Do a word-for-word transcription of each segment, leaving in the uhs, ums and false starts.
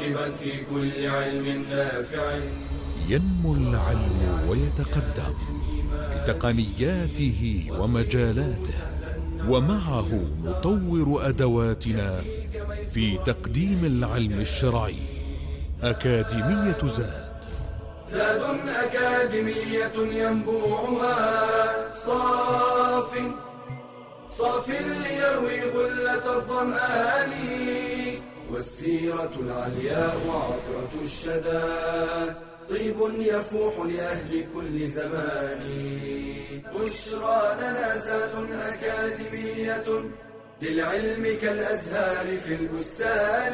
راغبا في كل علم نافع. ينمو العلم ويتقدم بتقنياته ومجالاته، ومعه نطور أدواتنا في تقديم العلم الشرعي. أكاديمية زاد زاد أكاديمية ينبوعها صاف صاف ليروي غلة الظمآن، والسيرة العلياء عطرة الشدى طيب يفوح لأهل كل زمان. بشرى لنا زاد أكاديمية للعلم كالأزهار في البستان.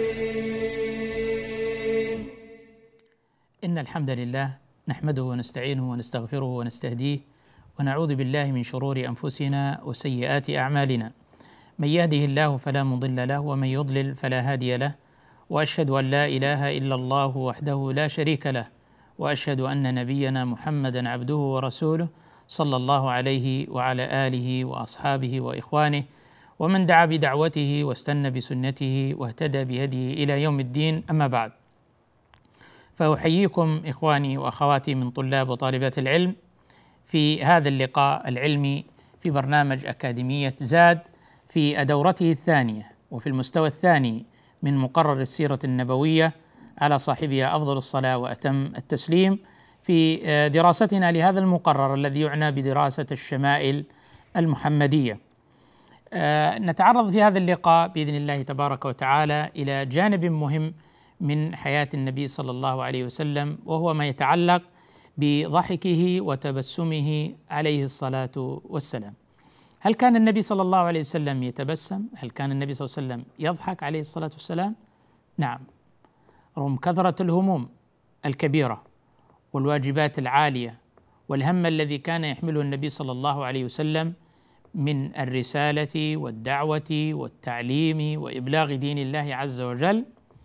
إن الحمد لله نحمده ونستعينه ونستغفره ونستهديه، ونعوذ بالله من شرور أنفسنا وسيئات أعمالنا. من يهده الله فلا مضل له، ومن يضلل فلا هادي له، وأشهد أن لا إله إلا الله وحده لا شريك له، وأشهد أن نبينا محمدا عبده ورسوله صلى الله عليه وعلى آله وأصحابه وإخوانه ومن دعا بدعوته واستنى بسنته واهتدى بهديه إلى يوم الدين. أما بعد، فأحييكم إخواني وأخواتي من طلاب وطالبات العلم في هذا اللقاء العلمي في برنامج أكاديمية زاد في دورته الثانية وفي المستوى الثاني من مقرر السيرة النبوية على صاحبها أفضل الصلاة وأتم التسليم، في دراستنا لهذا المقرر الذي يعنى بدراسة الشمائل المحمدية. نتعرض في هذا اللقاء بإذن الله تبارك وتعالى إلى جانب مهم من حياة النبي صلى الله عليه وسلم، وهو ما يتعلق بضحكه وتبسمه عليه الصلاة والسلام. هل كان النبي صلى الله عليه وسلم يتبسم؟ هل كان النبي صلى الله عليه وسلم يضحك عليه الصلاة والسلام؟ نعم، رغم كثرة الهموم الكبيرة والواجبات العالية والهم الذي كان يحمله النبي صلى الله عليه وسلم من الرسالة والدعوة والتعليم وإبلاغ دين الله عز وجل،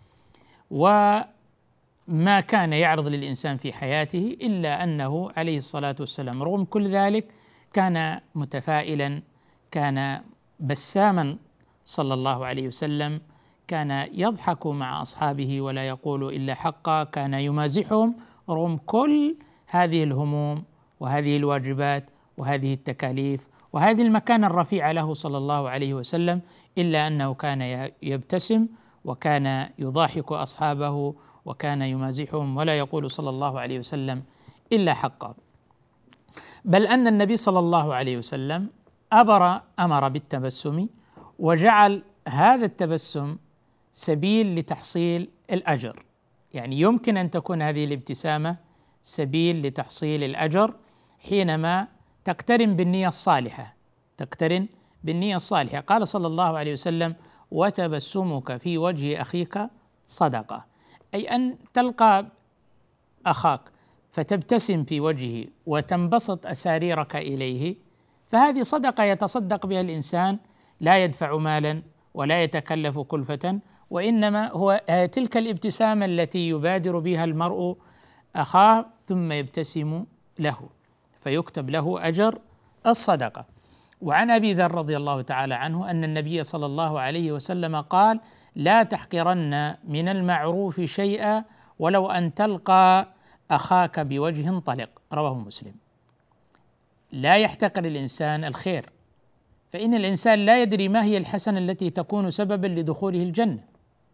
وما كان يعرض للإنسان في حياته إلا أنه عليه الصلاة والسلام رغم كل ذلك كان متفائلا، كان بساما صلى الله عليه وسلم، كان يضحك مع أصحابه ولا يقول إلا حقا، كان يمازحهم رغم كل هذه الهموم وهذه الواجبات وهذه التكاليف وهذه المكانة الرفيعة له صلى الله عليه وسلم، إلا أنه كان يبتسم وكان يضاحك أصحابه وكان يمازحهم ولا يقول صلى الله عليه وسلم إلا حقا. بل أن النبي صلى الله عليه وسلم أمر أمر بالتبسم، وجعل هذا التبسم سبيل لتحصيل الأجر. يعني يمكن أن تكون هذه الابتسامة سبيل لتحصيل الأجر حينما تقترن بالنية الصالحة، تقترن بالنية الصالحة. قال صلى الله عليه وسلم: وتبسمك في وجه أخيك صدقة، أي أن تلقى أخاك فتبتسم في وجهه وتنبسط أساريرك إليه، فهذه صدقة يتصدق بها الإنسان، لا يدفع مالا ولا يتكلف كلفة، وإنما هو تلك الابتسامة التي يبادر بها المرء أخاه ثم يبتسم له فيكتب له أجر الصدقة. وعن أبي ذر رضي الله تعالى عنه أن النبي صلى الله عليه وسلم قال: لا تحقرن من المعروف شيئا ولو أن تلقى أخاك بوجه طلق، رواه مسلم. لا يحتقر الإنسان الخير، فإن الإنسان لا يدري ما هي الحسنة التي تكون سببا لدخوله الجنة،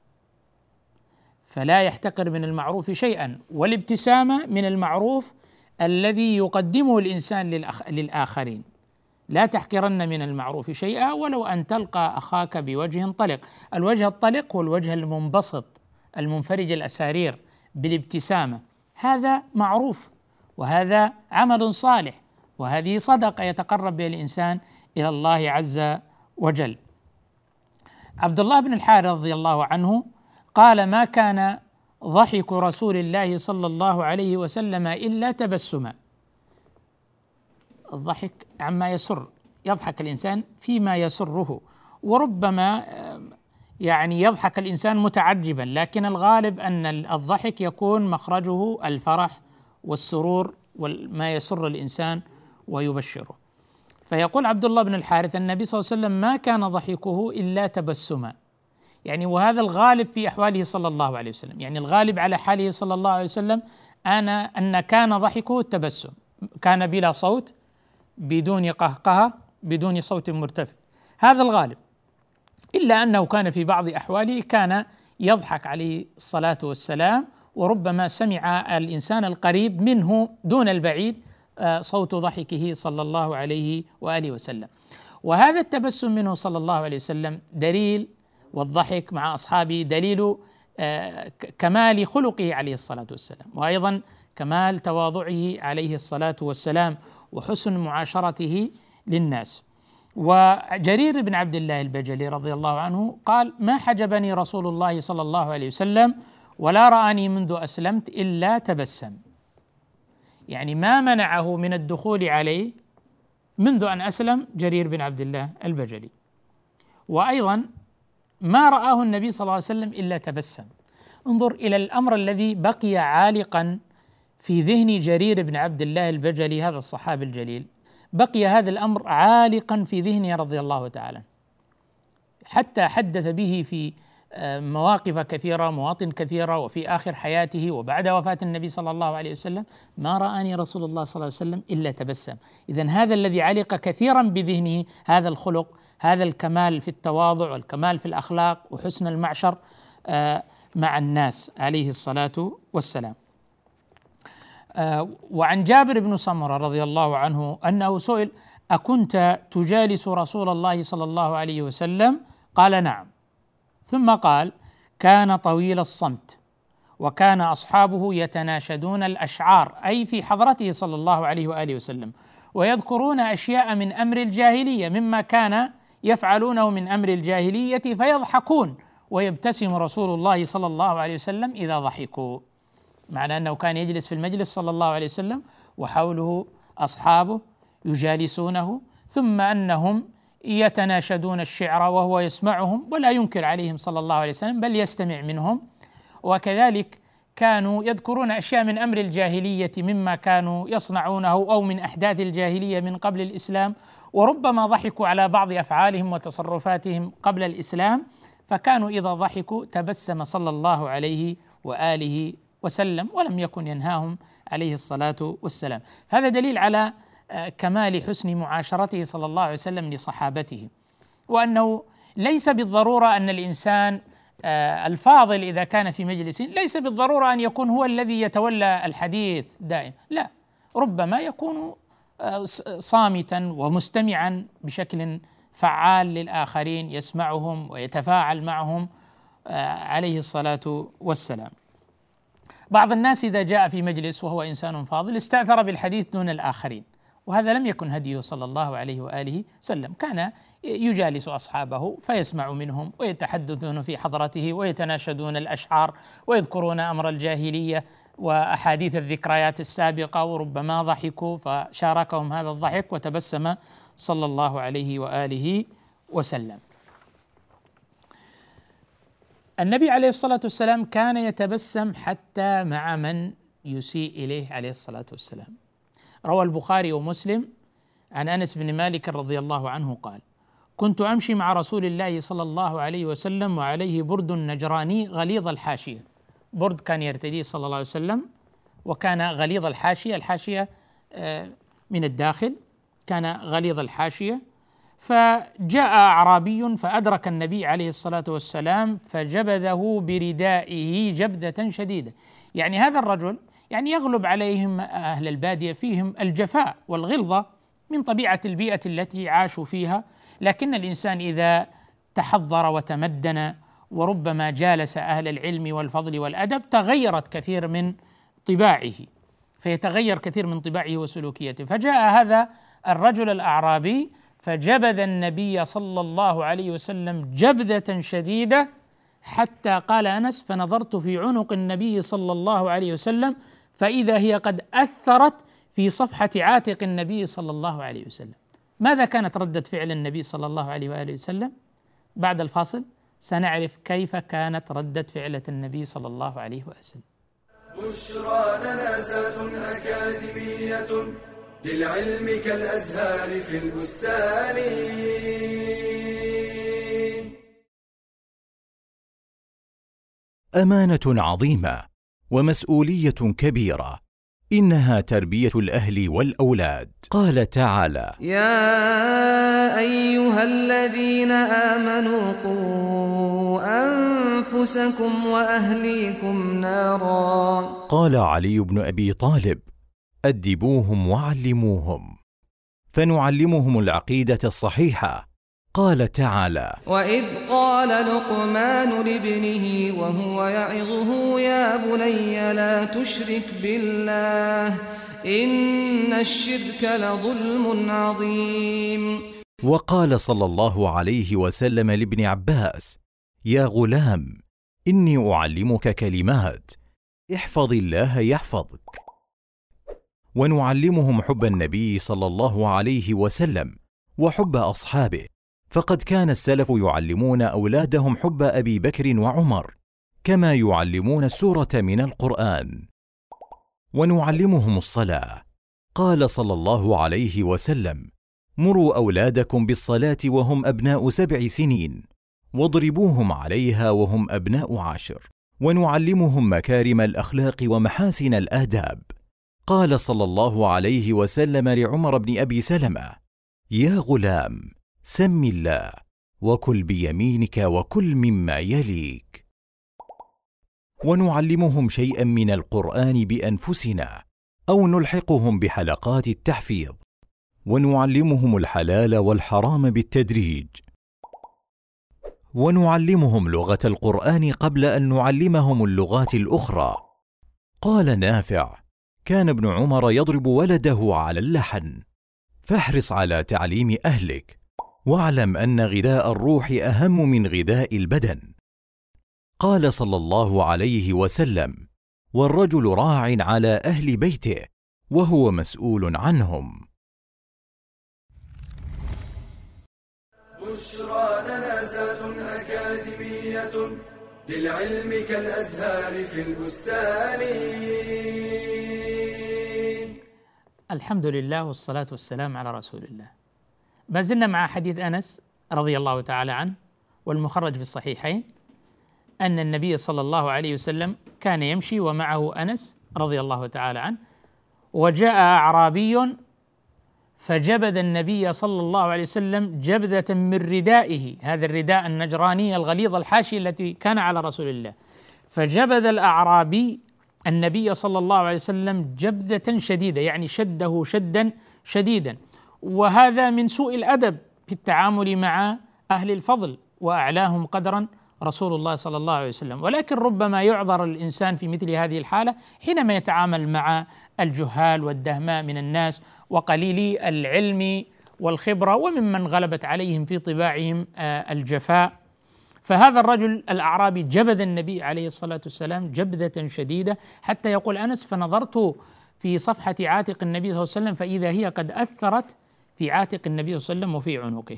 فلا يحتقر من المعروف شيئا، والابتسامة من المعروف الذي يقدمه الإنسان للأخ... للآخرين. لا تحقرن من المعروف شيئا ولو أن تلقى أخاك بوجه طلق. الوجه الطلق هو الوجه المنبسط المنفرج الأسارير بالابتسامة، هذا معروف وهذا عمل صالح وهذه صدقة يتقرب بها الإنسان إلى الله عز وجل. عبد الله بن الحارث رضي الله عنه قال: ما كان ضحك رسول الله صلى الله عليه وسلم إلا تبسما. الضحك عما يسر، يضحك الإنسان فيما يسره، وربما يعني يضحك الإنسان متعجبا، لكن الغالب أن الضحك يكون مخرجه الفرح والسرور وما يسر الإنسان ويبشره. فيقول عبد الله بن الحارث: النبي صلى الله عليه وسلم ما كان ضحكه إلا تبسما، يعني وهذا الغالب في أحواله صلى الله عليه وسلم، يعني الغالب على حاله صلى الله عليه وسلم أنا أن كان ضحكه التبسم، كان بلا صوت، بدون قهقهة، بدون صوت مرتفع، هذا الغالب. إلا أنه كان في بعض أحواله كان يضحك عليه الصلاة والسلام، وربما سمع الإنسان القريب منه دون البعيد صوت ضحكه صلى الله عليه وآله وسلم. وهذا التبسم منه صلى الله عليه وسلم دليل، والضحك مع أصحابه دليل كمال خلقه عليه الصلاة والسلام، وأيضا كمال تواضعه عليه الصلاة والسلام وحسن معاشرته للناس. وجرير بن عبد الله البجلي رضي الله عنه قال: ما حجبني رسول الله صلى الله عليه وسلم ولا رآني منذ أسلمت إلا تبسم، يعني ما منعه من الدخول عليه منذ أن أسلم جرير بن عبد الله البجلي. وأيضا ما رآه النبي صلى الله عليه وسلم إلا تبسم. انظر إلى الأمر الذي بقي عالقا في ذهن جرير بن عبد الله البجلي، هذا الصحابي الجليل، بقي هذا الأمر عالقا في ذهنه رضي الله تعالى، حتى حدث به في مواقف كثيرة، مواطن كثيرة، وفي آخر حياته وبعد وفاة النبي صلى الله عليه وسلم: ما رآني رسول الله صلى الله عليه وسلم إلا تبسم. إذن هذا الذي علق كثيرا بذهنه، هذا الخلق، هذا الكمال في التواضع والكمال في الأخلاق وحسن المعشر مع الناس عليه الصلاة والسلام. وعن جابر بن سمرة رضي الله عنه أنه سئل: أكنت تجالس رسول الله صلى الله عليه وسلم؟ قال: نعم. ثم قال: كان طويل الصمت، وكان أصحابه يتناشدون الأشعار، أي في حضرته صلى الله عليه وآله وسلم، ويذكرون أشياء من أمر الجاهلية مما كان يفعلونه من أمر الجاهلية، فيضحكون ويبتسم رسول الله صلى الله عليه وسلم إذا ضحكوا، معنى أنه كان يجلس في المجلس صلى الله عليه وسلم وحوله أصحابه يجالسونه، ثم أنهم يتناشدون الشعر وهو يسمعهم ولا ينكر عليهم صلى الله عليه وسلم، بل يستمع منهم. وكذلك كانوا يذكرون أشياء من أمر الجاهلية مما كانوا يصنعونه أو من أحداث الجاهلية من قبل الإسلام، وربما ضحكوا على بعض أفعالهم وتصرفاتهم قبل الإسلام، فكانوا إذا ضحكوا تبسم صلى الله عليه وآله وسلم، ولم يكن ينهاهم عليه الصلاة والسلام. هذا دليل على كمال حسن معاشرته صلى الله عليه وسلم لصحابته، وأنه ليس بالضرورة أن الإنسان الفاضل إذا كان في مجلس ليس بالضرورة أن يكون هو الذي يتولى الحديث دائما، لا، ربما يكون صامتا ومستمعا بشكل فعال للآخرين، يسمعهم ويتفاعل معهم عليه الصلاة والسلام. بعض الناس إذا جاء في مجلس وهو إنسان فاضل استأثر بالحديث دون الآخرين، وهذا لم يكن هديه صلى الله عليه وآله وسلم، كان يجالس أصحابه فيسمع منهم ويتحدثون في حضرته ويتناشدون الأشعار ويذكرون أمر الجاهلية وأحاديث الذكريات السابقة، وربما ضحكوا فشاركهم هذا الضحك وتبسم صلى الله عليه وآله وسلم. النبي عليه الصلاة والسلام كان يتبسم حتى مع من يسيء إليه عليه الصلاة والسلام. روى البخاري ومسلم عن أنس بن مالك رضي الله عنه قال: كنت أمشي مع رسول الله صلى الله عليه وسلم وعليه برد نجراني غليظ الحاشية، برد كان يرتديه صلى الله عليه وسلم وكان غليظ الحاشية، الحاشية من الداخل كان غليظ الحاشية. فجاء أعرابي فأدرك النبي عليه الصلاة والسلام فجبذه بردائه جبذة شديدة، يعني هذا الرجل يعني يغلب عليهم أهل البادية فيهم الجفاء والغلظة من طبيعة البيئة التي عاشوا فيها، لكن الإنسان إذا تحضر وتمدن وربما جالس أهل العلم والفضل والأدب تغيرت كثير من طباعه، فيتغير كثير من طباعه وسلوكياته. فجاء هذا الرجل الأعرابي فجبذ النبي صلى الله عليه وسلم جبذة شديدة، حتى قال أنس: فنظرت في عنق النبي صلى الله عليه وسلم فإذا هي قد أثرت في صفحة عاتق النبي صلى الله عليه وسلم. ماذا كانت ردة فعل النبي صلى الله عليه وآله وسلم؟ بعد الفاصل سنعرف كيف كانت ردة فعل النبي صلى الله عليه وسلم. بشرى لنا زاد أكاديمية للعلم كالأزهار في البستان. أمانة عظيمة ومسؤولية كبيرة، إنها تربية الأهل والأولاد. قال تعالى: يا أيها الذين آمنوا قوا أنفسكم وأهليكم نارا. قال علي بن أبي طالب: أدبوهم وعلموهم، فنعلمهم العقيدة الصحيحة. قال تعالى: وإذ قال لقمان لابنه وهو يعظه يا بني لا تشرك بالله إن الشرك لظلم عظيم. وقال صلى الله عليه وسلم لابن عباس: يا غلام إني أعلمك كلمات، احفظ الله يحفظك. ونعلمهم حب النبي صلى الله عليه وسلم وحب أصحابه، فقد كان السلف يعلمون أولادهم حب أبي بكر وعمر كما يعلمون السورة من القرآن. ونعلمهم الصلاة. قال صلى الله عليه وسلم: مروا أولادكم بالصلاة وهم أبناء سبع سنين، واضربوهم عليها وهم أبناء عشر. ونعلمهم مكارم الأخلاق ومحاسن الآداب. قال صلى الله عليه وسلم لعمر بن أبي سلمة: يا غلام سم الله وكل بيمينك وكل مما يليك. ونعلمهم شيئا من القرآن بأنفسنا أو نلحقهم بحلقات التحفيظ. ونعلمهم الحلال والحرام بالتدريج. ونعلمهم لغة القرآن قبل أن نعلمهم اللغات الأخرى. قال نافع: كان ابن عمر يضرب ولده على اللحن. فاحرص على تعليم أهلك، واعلم أن غذاء الروح أهم من غذاء البدن. قال صلى الله عليه وسلم: والرجل راع على أهل بيته وهو مسؤول عنهم. بشرى لنا زاد أكاديمية للعلم كالأزهار في البستان. الحمد لله والصلاة والسلام على رسول الله. ما زلنا مع حديث أنس رضي الله تعالى عنه والمخرج في الصحيحين أن النبي صلى الله عليه وسلم كان يمشي ومعه أنس رضي الله تعالى عنه، وجاء أعرابي فجبذ النبي صلى الله عليه وسلم جبذة من ردائه، هذا الرداء النجراني الغليظ الحاشي التي كان على رسول الله، فجبذ الأعرابي النبي صلى الله عليه وسلم جبذة شديدة، يعني شده شدا شديدا. وهذا من سوء الأدب في التعامل مع أهل الفضل وأعلاهم قدرا رسول الله صلى الله عليه وسلم. ولكن ربما يعذر الإنسان في مثل هذه الحالة حينما يتعامل مع الجهال والدهماء من الناس وقليلي العلم والخبرة وممن غلبت عليهم في طباعهم الجفاء. فهذا الرجل الأعرابي جبذ النبي عليه الصلاة والسلام جبذة شديدة، حتى يقول أنس: فنظرت في صفحة عاتق النبي صلى الله عليه وسلم فإذا هي قد أثرت في عاتق النبي صلى الله عليه وسلم وفي عنقه.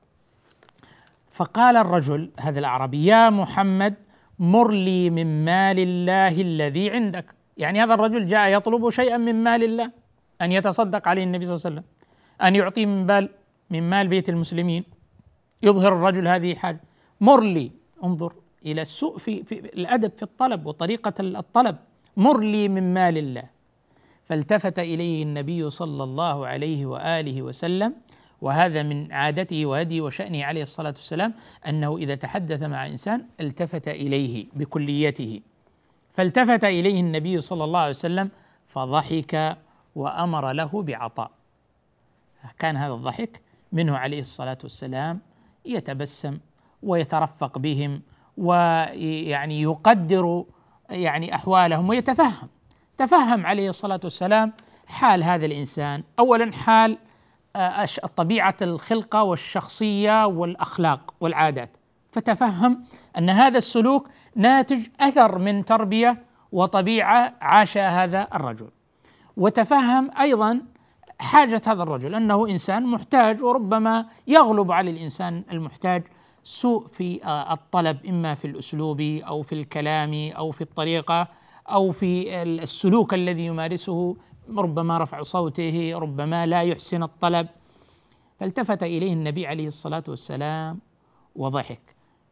فقال الرجل هذا الأعرابي: يا محمد مر لي من مال الله الذي عندك. يعني هذا الرجل جاء يطلب شيئا من مال الله، أن يتصدق عليه النبي صلى الله عليه وسلم، أن يعطيه من مال من مال بيت المسلمين. يظهر الرجل هذه حاجة. مر لي، انظر إلى السوء في, في الأدب في الطلب وطريقة الطلب. مر لي من مال الله. فالتفت إليه النبي صلى الله عليه وآله وسلم، وهذا من عادته وهديه وشأنه عليه الصلاة والسلام أنه إذا تحدث مع إنسان التفت إليه بكليته. فالتفت إليه النبي صلى الله عليه وسلم فضحك وأمر له بعطاء. كان هذا الضحك منه عليه الصلاة والسلام، يتبسم ويترفق بهم ويعني يقدر يعني أحوالهم ويتفهم تفهم عليه الصلاة والسلام حال هذا الإنسان. أولا حال طبيعة الخلقة والشخصية والأخلاق والعادات، فتفهم أن هذا السلوك ناتج أثر من تربية وطبيعة عاشها هذا الرجل. وتفهم أيضا حاجة هذا الرجل، أنه إنسان محتاج، وربما يغلب على الإنسان المحتاج سوء في الطلب، إما في الأسلوب أو في الكلام أو في الطريقة أو في السلوك الذي يمارسه، ربما رفع صوته، ربما لا يحسن الطلب. فالتفت إليه النبي عليه الصلاة والسلام وضحك.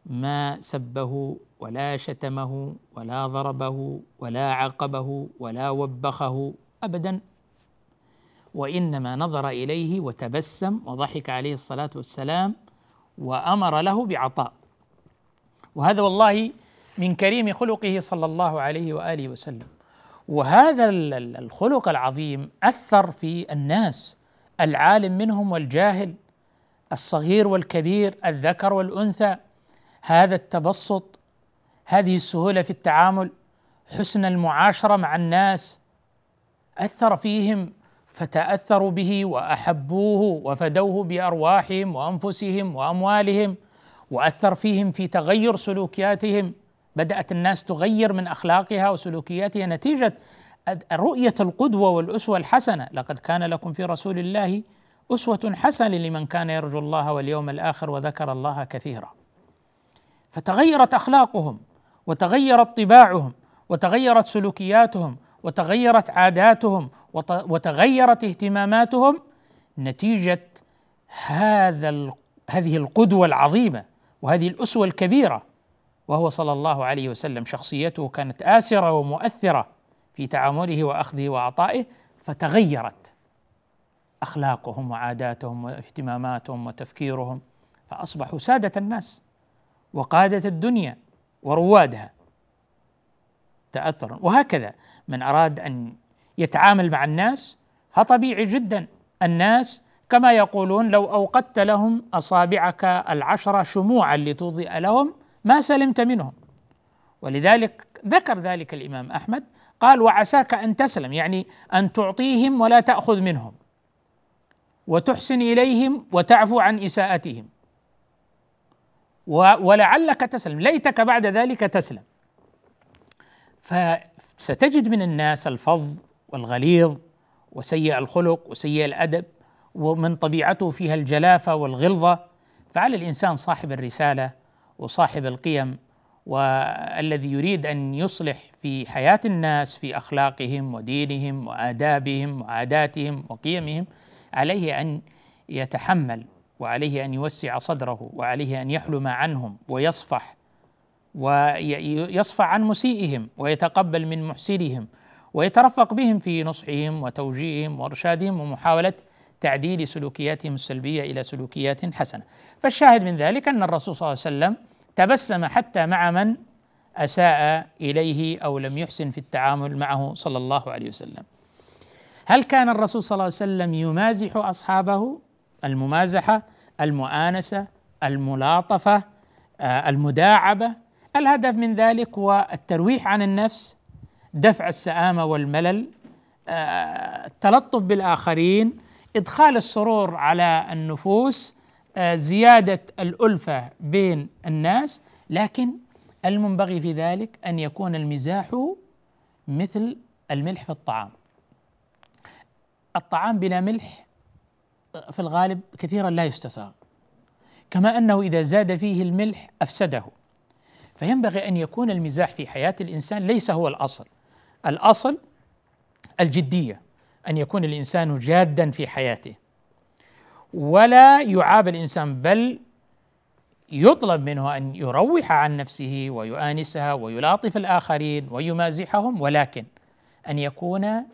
ما سبه ولا شتمه ولا ضربه ولا عاقبه ولا وبخه أبدا، وإنما نظر إليه وتبسم وضحك عليه الصلاة والسلام وأمر له بعطاء. وهذا والله من كريم خلقه صلى الله عليه وآله وسلم. وهذا الخلق العظيم أثر في الناس، العالم منهم والجاهل، الصغير والكبير، الذكر والأنثى. هذا التبسط، هذه السهولة في التعامل، حسن المعاشرة مع الناس، أثر فيهم فتأثروا به وأحبوه وفدوه بأرواحهم وأنفسهم وأموالهم، وأثر فيهم في تغير سلوكياتهم. بدأت الناس تغير من أخلاقها وسلوكياتها نتيجة رؤية القدوة والأسوة الحسنة. لقد كان لكم في رسول الله أسوة حسنة لمن كان يرجو الله واليوم الآخر وذكر الله كثيرا. فتغيرت أخلاقهم وتغيرت طباعهم وتغيرت سلوكياتهم وتغيرت عاداتهم وتغيرت اهتماماتهم نتيجة هذا هذه القدوة العظيمة وهذه الأسوة الكبيرة، وهو صلى الله عليه وسلم. شخصيته كانت آسرة ومؤثرة في تعامله وأخذه وعطائه، فتغيرت أخلاقهم وعاداتهم واهتماماتهم وتفكيرهم، فأصبحوا سادة الناس وقادة الدنيا وروادها تأثرا. وهكذا من أراد أن يتعامل مع الناس فطبيعي جدا الناس كما يقولون لو أوقدت لهم أصابعك العشرة شموعا لتضيء لهم ما سلمت منهم. ولذلك ذكر ذلك الإمام أحمد، قال: وعساك أن تسلم، يعني أن تعطيهم ولا تأخذ منهم، وتحسن إليهم وتعفو عن إساءتهم، ولعلك تسلم، ليتك بعد ذلك تسلم. فستجد من الناس الفظ والغليظ وسيء الخلق وسيء الأدب، ومن طبيعته فيها الجلافة والغلظة. فعلى الإنسان صاحب الرسالة وصاحب القيم والذي يريد أن يصلح في حياة الناس في أخلاقهم ودينهم وآدابهم وعاداتهم وقيمهم، عليه أن يتحمل، وعليه أن يوسع صدره، وعليه أن يحلم عنهم ويصفح ويصفح عن مسيئهم ويتقبل من محسنهم ويترفق بهم في نصحهم وتوجيههم وإرشادهم ومحاولة تعديل سلوكياتهم السلبية إلى سلوكيات حسنة. فالشاهد من ذلك أن الرسول صلى الله عليه وسلم تبسم حتى مع من أساء إليه أو لم يحسن في التعامل معه صلى الله عليه وسلم. هل كان الرسول صلى الله عليه وسلم يمازح أصحابه؟ الممازحة، المؤانسة، الملاطفة، المداعبة، الهدف من ذلك هو الترويح عن النفس، دفع السآمة والملل، التلطف بالآخرين، إدخال السرور على النفوس، زيادة الألفة بين الناس. لكن المنبغي في ذلك أن يكون المزاح مثل الملح في الطعام. الطعام بلا ملح في الغالب كثيرا لا يستساغ، كما أنه إذا زاد فيه الملح أفسده. فينبغي أن يكون المزاح في حياة الإنسان ليس هو الأصل، الأصل الجدية، أن يكون الإنسان جادا في حياته ولا يعاب الإنسان، بل يطلب منه أن يروح عن نفسه ويؤانسها ويلاطف الآخرين ويمازحهم، ولكن أن يكون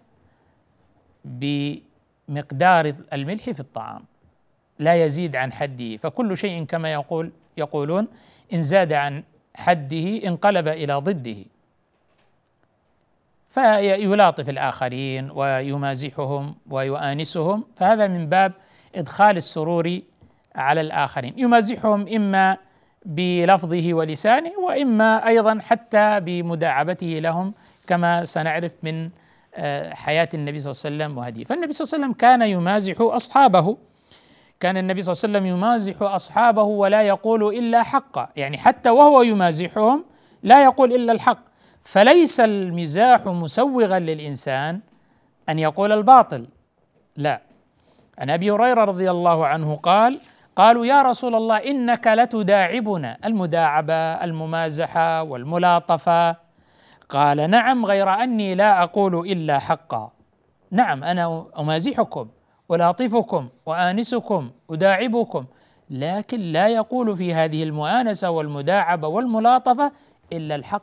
بمقدار الملح في الطعام لا يزيد عن حده. فكل شيء كما يقول يقولون إن زاد عن حده انقلب إلى ضده. فيلاطف الآخرين ويمازحهم ويؤانسهم، فهذا من باب إدخال السرور على الآخرين. يمازحهم إما بلفظه ولسانه، وإما أيضا حتى بمداعبته لهم، كما سنعرف من حياة النبي صلى الله عليه وسلم وهديه. فالنبي صلى الله عليه وسلم كان يمازح أصحابه، كان النبي صلى الله عليه وسلم يمازح أصحابه ولا يقول إلا حقا، يعني حتى وهو يمازحهم لا يقول إلا الحق. فليس المزاح مسوغا للإنسان أن يقول الباطل، لا. عن أبي هريرة رضي الله عنه قال: قالوا يا رسول الله إنك لتداعبنا، المداعبة الممازحة والملاطفة. قال: نعم، غير أني لا أقول إلا حقا. نعم، أنا أمازحكم ألاطفكم وآنسكم أداعبكم، لكن لا يقول في هذه المؤانسة والمداعبة والملاطفة إلا الحق.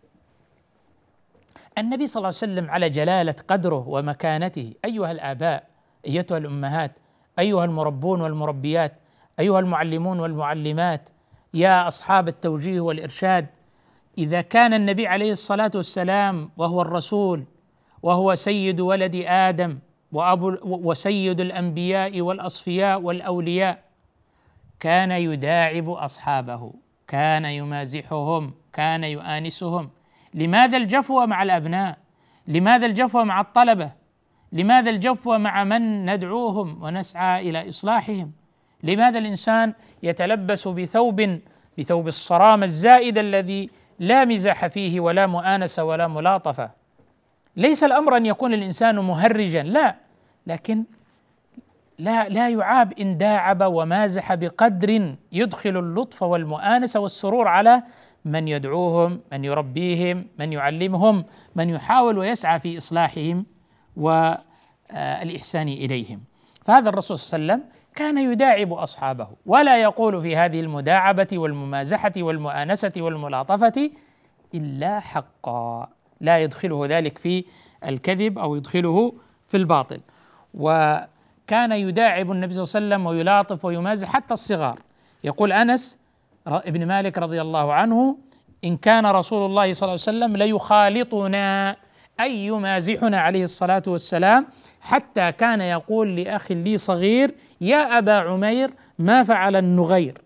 النبي صلى الله عليه وسلم على جلالة قدره ومكانته، أيها الآباء، أيتها الأمهات، أيها المربون والمربيات، أيها المعلمون والمعلمات، يا أصحاب التوجيه والإرشاد، إذا كان النبي عليه الصلاة والسلام وهو الرسول وهو سيد ولد آدم وأبو وسيد الأنبياء والأصفياء والأولياء، كان يداعب أصحابه، كان يمازحهم، كان يؤانسهم. لماذا الجفوة مع الأبناء؟ لماذا الجفوة مع الطلبة؟ لماذا الجفوة مع من ندعوهم ونسعى إلى إصلاحهم؟ لماذا الإنسان يتلبس بثوب بثوب الصرامة الزائد الذي لا مزاح فيه ولا مؤانسة ولا ملاطفة؟ ليس الأمر أن يكون الإنسان مهرجا، لا، لكن لا لا يعاب إن داعب ومازح بقدر يدخل اللطف والمؤانسة والسرور على من يدعوهم، من يربيهم، من يعلمهم، من يحاول ويسعى في إصلاحهم والإحسان إليهم. فهذا الرسول صلى الله عليه وسلم كان يداعب أصحابه، ولا يقول في هذه المداعبة والممازحة والمؤانسة والملاطفة إلا حقا، لا يدخله ذلك في الكذب أو يدخله في الباطل. وكان يداعب النبي صلى الله عليه وسلم ويلاطف ويمازح حتى الصغار. يقول أنس ابن مالك رضي الله عنه: إن كان رسول الله صلى الله عليه وسلم ليخالطنا، أي يمازحنا عليه الصلاة والسلام، حتى كان يقول لأخ لي صغير: يا أبا عمير ما فعل النغير.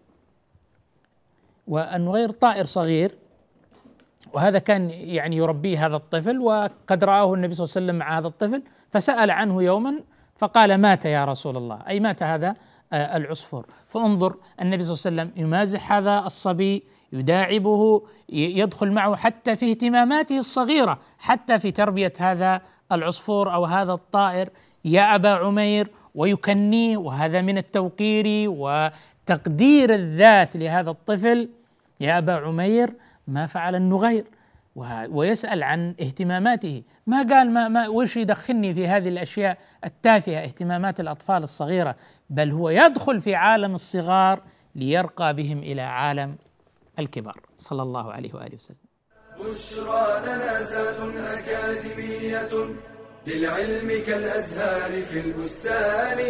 والنغير طائر صغير، وهذا كان يعني يربيه هذا الطفل، وقد رآه النبي صلى الله عليه وسلم مع هذا الطفل فسأل عنه يوما فقال: مات يا رسول الله، أي مات هذا العصفور. فانظر النبي صلى الله عليه وسلم يمازح هذا الصبي، يداعبه، يدخل معه حتى في اهتماماته الصغيرة، حتى في تربية هذا العصفور أو هذا الطائر، يا أبا عمير، ويكنيه، وهذا من التوقير وتقدير الذات لهذا الطفل. يا أبا عمير ما فعل النغير، ويسأل عن اهتماماته، ما قال ما, ما وش يدخلني في هذه الأشياء التافهة، اهتمامات الأطفال الصغيرة، بل هو يدخل في عالم الصغار ليرقى بهم إلى عالم الكبار، صلى الله عليه وآله وسلم. بشرى لنا زاد أكاديمية للعلم كالأزهار في البستان.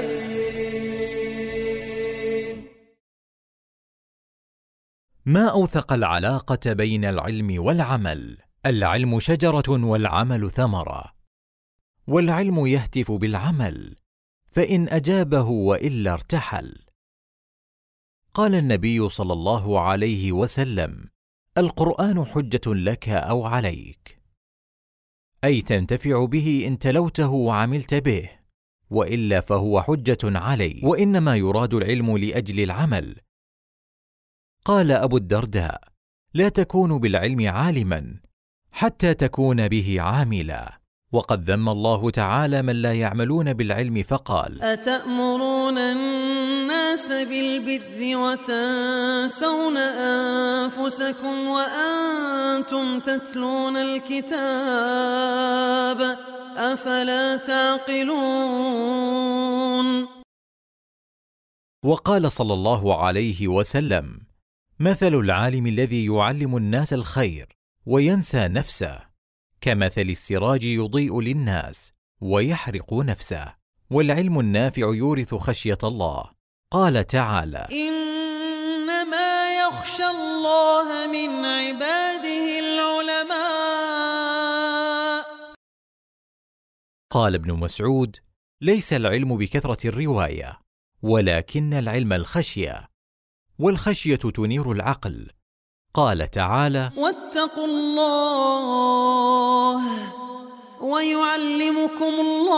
ما أوثق العلاقة بين العلم والعمل. العلم شجرة والعمل ثمرة، والعلم يهتف بالعمل، فإن أجابه وإلا ارتحل. قال النبي صلى الله عليه وسلم: القرآن حجة لك أو عليك، أي تنتفع به إن تلوته وعملت به، وإلا فهو حجة عليك، وإنما يراد العلم لأجل العمل. قال أبو الدرداء: لا تكون بالعلم عالما حتى تكون به عاملا. وقد ذم الله تعالى من لا يعملون بالعلم فقال: أتأمرون الناس بالبر وتنسون أنفسكم وأنتم تتلون الكتاب أفلا تعقلون. وقال صلى الله عليه وسلم: مثل العالم الذي يعلم الناس الخير وينسى نفسه كمثل السراج يضيء للناس ويحرق نفسه. والعلم النافع يورث خشية الله. قال تعالى: إنما يخشى الله من عباده العلماء. قال ابن مسعود: ليس العلم بكثرة الرواية، ولكن العلم الخشية، والخشية تنير العقل. قال تعالى: واتقوا الله ويعلمكم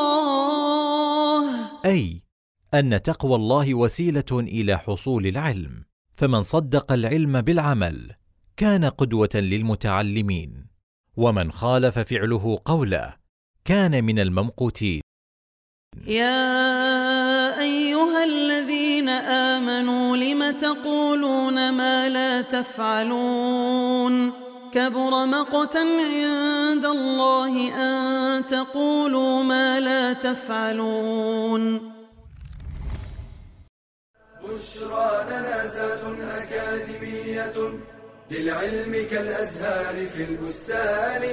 الله، أي أن تقوى الله وسيلة إلى حصول العلم، فمن صدق العلم بالعمل كان قدوة للمتعلمين، ومن خالف فعله قوله كان من الممقوتين. يا أيها الذين آمنوا لم تقولون ما لا تفعلون كبر مقتا عند الله أن تقولوا ما لا تفعلون. بشرى بشرى لنا زاد أكاديمية للعلم كالأزهار في البستان.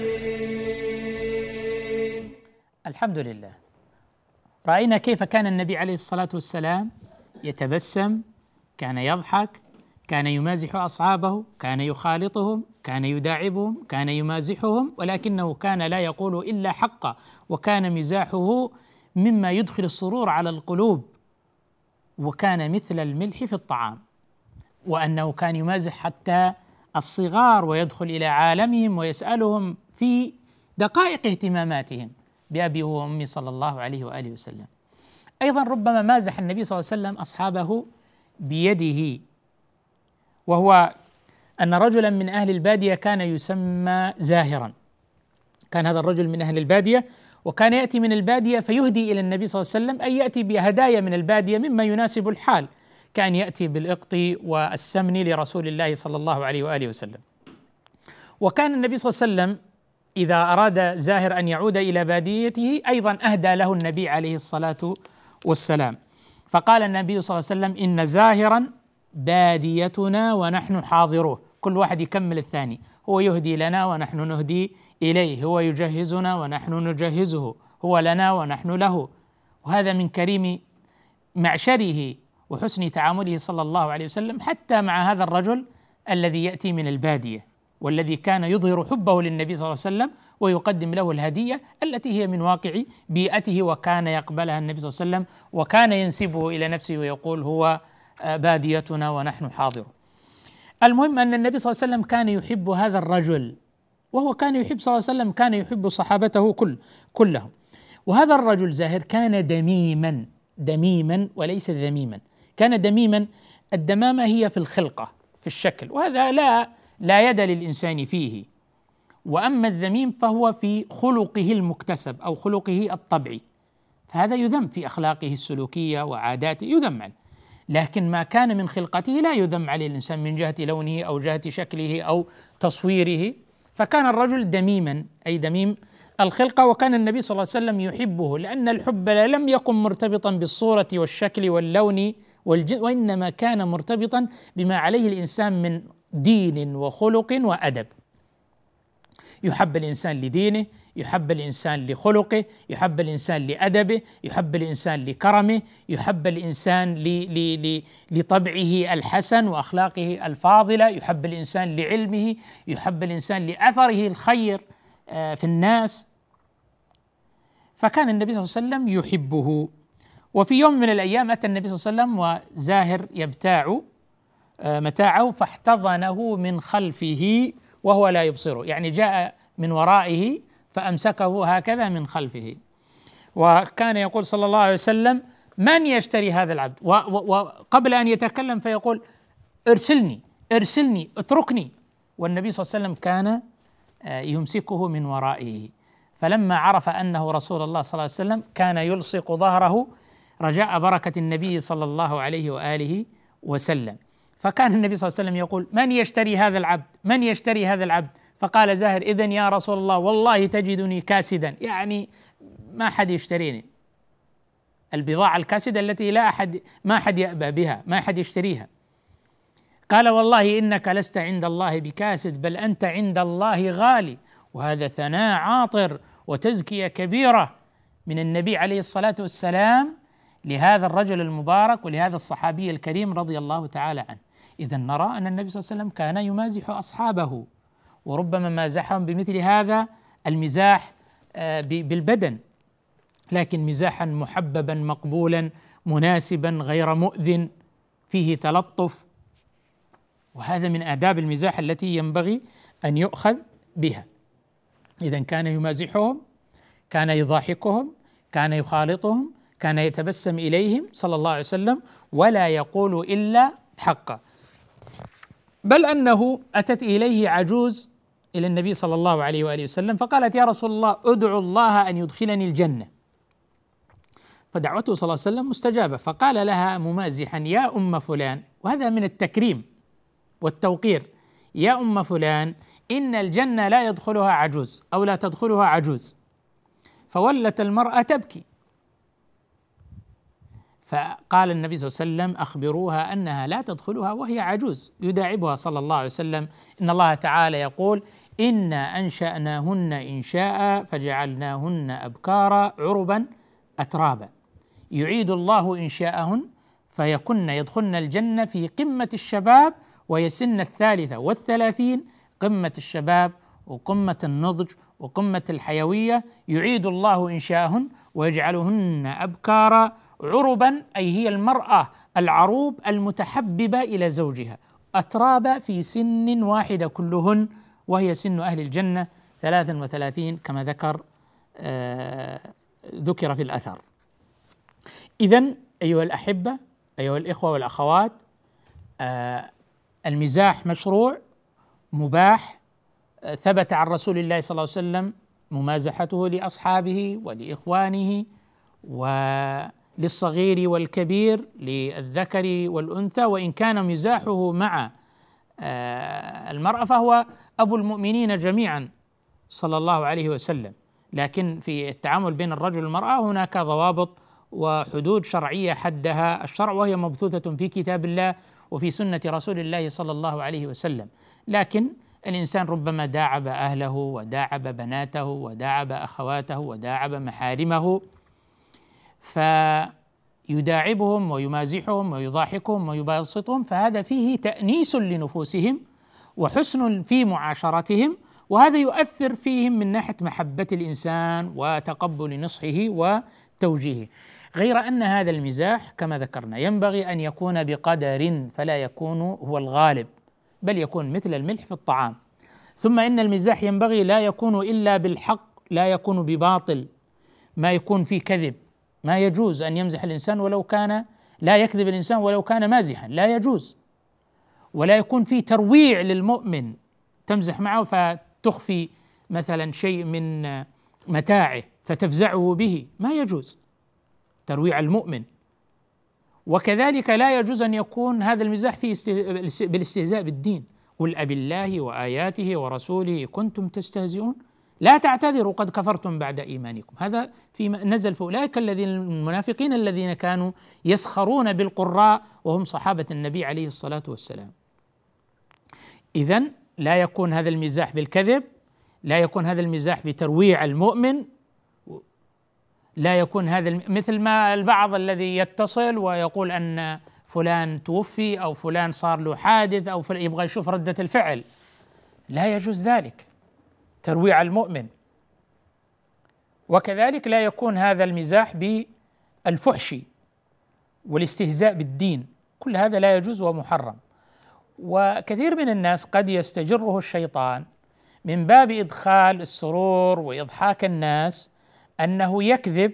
الحمد لله. رأينا كيف كان النبي عليه الصلاة والسلام يتبسم، كان يضحك، كان يمازح أصحابه، كان يخالطهم، كان يداعبهم، كان يمازحهم، ولكنه كان لا يقول إلا حقا، وكان مزاحه مما يدخل السرور على القلوب، وكان مثل الملح في الطعام، وأنه كان يمازح حتى الصغار ويدخل إلى عالمهم ويسألهم في دقائق اهتماماتهم بأبي وأمي صلى الله عليه وآله وسلم. أيضا ربما مازح النبي صلى الله عليه وسلم أصحابه بيده، وهو أن رجلا من أهل البادية كان يسمى زاهرا. كان هذا الرجل من أهل البادية، وكان يأتي من البادية فيهدي إلى النبي صلى الله عليه وسلم، أي يأتي بهدايا من البادية مما يناسب الحال، كان يأتي بالإقط والسمن لرسول الله صلى الله عليه وآله وسلم. وكان النبي صلى الله عليه وسلم إذا أراد زاهر أن يعود إلى باديته أيضا أهدى له النبي عليه الصلاة والسلام، فقال النبي صلى الله عليه وسلم: إن زاهرا باديتنا ونحن حاضروه. كل واحد يكمل الثاني، هو يهدي لنا ونحن نهدي إليه، هو يجهزنا ونحن نجهزه، هو لنا ونحن له. وهذا من كريم معشره وحسن تعامله صلى الله عليه وسلم حتى مع هذا الرجل الذي يأتي من البادية، والذي كان يظهر حبه للنبي صلى الله عليه وسلم ويقدم له الهدية التي هي من واقع بيئته، وكان يقبلها النبي صلى الله عليه وسلم، وكان ينسبه إلى نفسه ويقول: هو باديتنا ونحن حاضر. المهم أن النبي صلى الله عليه وسلم كان يحب هذا الرجل، وهو كان يحب صلى الله عليه وسلم، كان يحب صحابته كل كلهم. وهذا الرجل زاهر كان دميما دميما وليس ذميما، كان دميما. الدمامة هي في الخلقة، في الشكل، وهذا لا لا يد للإنسان فيه. وأما الذميم فهو في خلقه المكتسب أو خلقه الطبعي، فهذا يذم في أخلاقه السلوكية وعاداته، يذم عنه. لكن ما كان من خلقته لا يذم عليه الإنسان من جهة لونه أو جهة شكله أو تصويره. فكان الرجل دميما، أي دميم الخلقة، وكان النبي صلى الله عليه وسلم يحبه، لأن الحب لم يكن مرتبطا بالصورة والشكل واللون والجن، وإنما كان مرتبطا بما عليه الإنسان من دين وخلق وأدب. يحب الإنسان لدينه، يحب الإنسان لخلقه، يحب الإنسان لأدبه، يحب الإنسان لكرمه، يحب الإنسان ل ل ل لطبعه الحسن وأخلاقه الفاضلة، يحب الإنسان لعلمه، يحب الإنسان لأثره الخير في الناس. فكان النبي صلى الله عليه وسلم يحبه. وفي يوم من الأيام أتى النبي صلى الله عليه وسلم وزاهر يبتاع متاعه، فاحتضنه من خلفه وهو لا يبصره، يعني جاء من ورائه فأمسكه هكذا من خلفه، وكان يقول صلى الله عليه وسلم: من يشتري هذا العبد؟ وقبل أن يتكلم فيقول: ارسلني ارسلني اتركني. والنبي صلى الله عليه وسلم كان يمسكه من ورائه، فلما عرف أنه رسول الله صلى الله عليه وسلم كان يلصق ظهره رجاء بركة النبي صلى الله عليه وآله وسلم. فكان النبي صلى الله عليه وسلم يقول: من يشتري هذا العبد؟ من يشتري هذا العبد؟ فقال زاهر: إذن يا رسول الله والله تجدني كاسدا، يعني ما حد يشتريني، البضاعة الكاسدة التي لا أحد ما حد يأبى بها، ما حد يشتريها. قال: والله إنك لست عند الله بكاسد، بل أنت عند الله غالي. وهذا ثناء عاطر وتزكية كبيرة من النبي عليه الصلاة والسلام لهذا الرجل المبارك ولهذا الصحابي الكريم رضي الله تعالى عنه. إذن نرى أن النبي صلى الله عليه وسلم كان يمازح أصحابه، وربما مازحهم بمثل هذا المزاح بالبدن، لكن مزاحا محببا مقبولا مناسبا غير مؤذن فيه تلطف. وهذا من آداب المزاح التي ينبغي أن يؤخذ بها. إذن كان يمازحهم، كان يضاحكهم، كان يخالطهم، كان يتبسم إليهم صلى الله عليه وسلم، ولا يقول إلا حقا. بل أنه أتت إليه عجوز إلى النبي صلى الله عليه وآله وسلم فقالت: يا رسول الله أدعو الله أن يدخلني الجنة. فدعوته صلى الله عليه وسلم مستجابة، فقال لها ممازحا: يا أم فلان، وهذا من التكريم والتوقير، يا أم فلان إن الجنة لا يدخلها عجوز أو لا تدخلها عجوز. فولت المرأة تبكي، فقال النبي صلى الله عليه وسلم: أخبروها أنها لا تدخلها وهي عجوز. يداعبها صلى الله عليه وسلم: إن الله تعالى يقول: إنا أنشأناهن إنشاء فجعلناهن أبكارا عربا أترابا. يعيد الله إنشاءهن فيكن يدخلن الجنة في قمة الشباب، وهي سن الثالثة والثلاثين، قمة الشباب وقمة النضج وقمة الحيوية. يعيد الله إنشاءهن ويجعلهن أبكارا عربا، أي هي المرأة العروب المتحببة إلى زوجها، أترابا في سن واحدة كلهن، وهي سن أهل الجنة ثلاث وثلاثين كما ذكر آه ذكر في الأثر. إذن أيها الأحبة، أيها الإخوة والأخوات، آه المزاح مشروع مباح، آه ثبت عن رسول الله صلى الله عليه وسلم ممازحته لأصحابه ولإخوانه وللصغير والكبير، للذكر والأنثى، وإن كان مزاحه مع آه المرأة فهو أبو المؤمنين جميعا صلى الله عليه وسلم. لكن في التعامل بين الرجل والمرأة هناك ضوابط وحدود شرعية حدها الشرع، وهي مبثوثة في كتاب الله وفي سنة رسول الله صلى الله عليه وسلم. لكن الإنسان ربما داعب أهله وداعب بناته وداعب أخواته وداعب محارمه، فيداعبهم ويمازحهم ويضاحكهم ويباسطهم، فهذا فيه تأنيس لنفوسهم وحسن في معاشرتهم، وهذا يؤثر فيهم من ناحية محبة الإنسان وتقبل نصحه وتوجيهه. غير أن هذا المزاح كما ذكرنا ينبغي أن يكون بقدر، فلا يكون هو الغالب، بل يكون مثل الملح في الطعام. ثم إن المزاح ينبغي لا يكون إلا بالحق، لا يكون بباطل، ما يكون فيه كذب. ما يجوز أن يمزح الإنسان ولو كان لا يكذب الإنسان ولو كان مازحا، لا يجوز. ولا يكون فيه ترويع للمؤمن، تمزح معه فتخفي مثلا شيء من متاعه فتفزعه به، ما يجوز ترويع المؤمن. وكذلك لا يجوز أن يكون هذا المزاح فيه بالاستهزاء بالدين. قل أبالله وآياته ورسوله كنتم تستهزئون لا تعتذروا قد كفرتم بعد إيمانكم. هذا في نزل في أولئك الذين المنافقين الذين كانوا يسخرون بالقراء وهم صحابة النبي عليه الصلاة والسلام. إذن لا يكون هذا المزاح بالكذب، لا يكون هذا المزاح بترويع المؤمن، لا يكون هذا مثل ما البعض الذي يتصل ويقول أن فلان توفي أو فلان صار له حادث أو يبغى يشوف ردة الفعل، لا يجوز ذلك، ترويع المؤمن. وكذلك لا يكون هذا المزاح بالفحش والاستهزاء بالدين، كل هذا لا يجوز ومحرم. وكثير من الناس قد يستجره الشيطان من باب إدخال السرور وإضحاك الناس أنه يكذب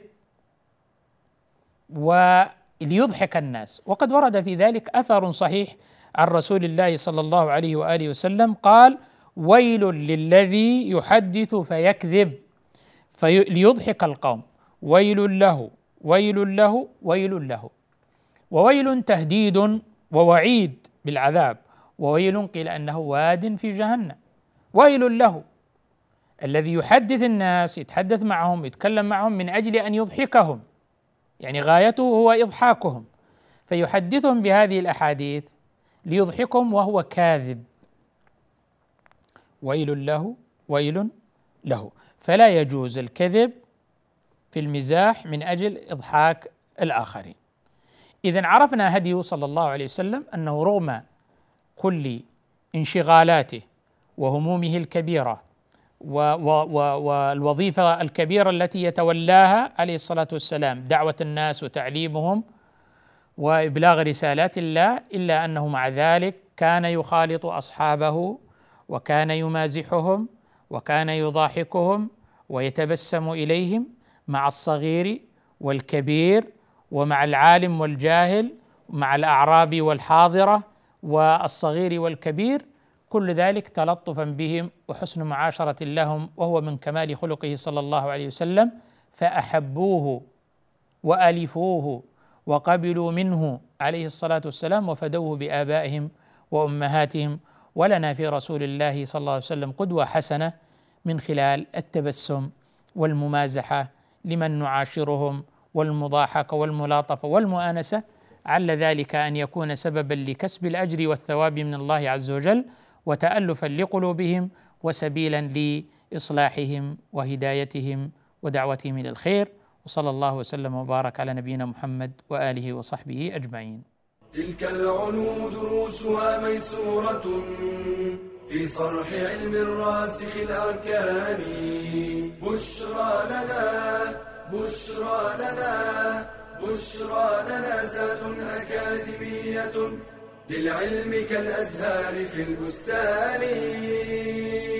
وليضحك الناس، وقد ورد في ذلك أثر صحيح عن رسول الله صلى الله عليه وآله وسلم قال: ويل للذي يحدث فيكذب في ليضحك القوم، ويل له ويل له ويل له. وويل تهديد ووعيد بالعذاب، وويل قيل أنه واد في جهنم. ويل له الذي يحدث الناس، يتحدث معهم يتكلم معهم من أجل أن يضحكهم، يعني غايته هو إضحاكهم، فيحدثهم بهذه الأحاديث ليضحكهم وهو كاذب. ويل له ويل له. فلا يجوز الكذب في المزاح من أجل إضحاك الآخرين. إذن عرفنا هديه صلى الله عليه وسلم أنه رغم كل انشغالاته وهمومه الكبيرة والوظيفة الكبيرة التي يتولاها عليه الصلاة والسلام، دعوة الناس وتعليمهم وإبلاغ رسالات الله، إلا أنه مع ذلك كان يخالط أصحابه وكان يمازحهم وكان يضاحكهم ويتبسم إليهم مع الصغير والكبير ومع العالم والجاهل ومع الأعرابي والحاضرة والصغير والكبير، كل ذلك تلطفا بهم وحسن معاشرة لهم، وهو من كمال خلقه صلى الله عليه وسلم. فأحبوه وألفوه وقبلوا منه عليه الصلاة والسلام وفدوه بآبائهم وأمهاتهم. ولنا في رسول الله صلى الله عليه وسلم قدوة حسنة من خلال التبسم والممازحة لمن نعاشرهم والمضاحكة والملاطفة والمؤانسة، عل ذلك أن يكون سببا لكسب الأجر والثواب من الله عز وجل، وتألفا لقلوبهم، وسبيلا لإصلاحهم وهدايتهم ودعوتهم إلى الخير. وصلى الله وسلم وبارك على نبينا محمد وآله وصحبه أجمعين. تلك العلوم دروسها ميسورة في صرح علم الراسخ الأركان. بشرى لنا بشرى لنا بشرى لنا زاد أكاديمية للعلم كالأزهار في البستان.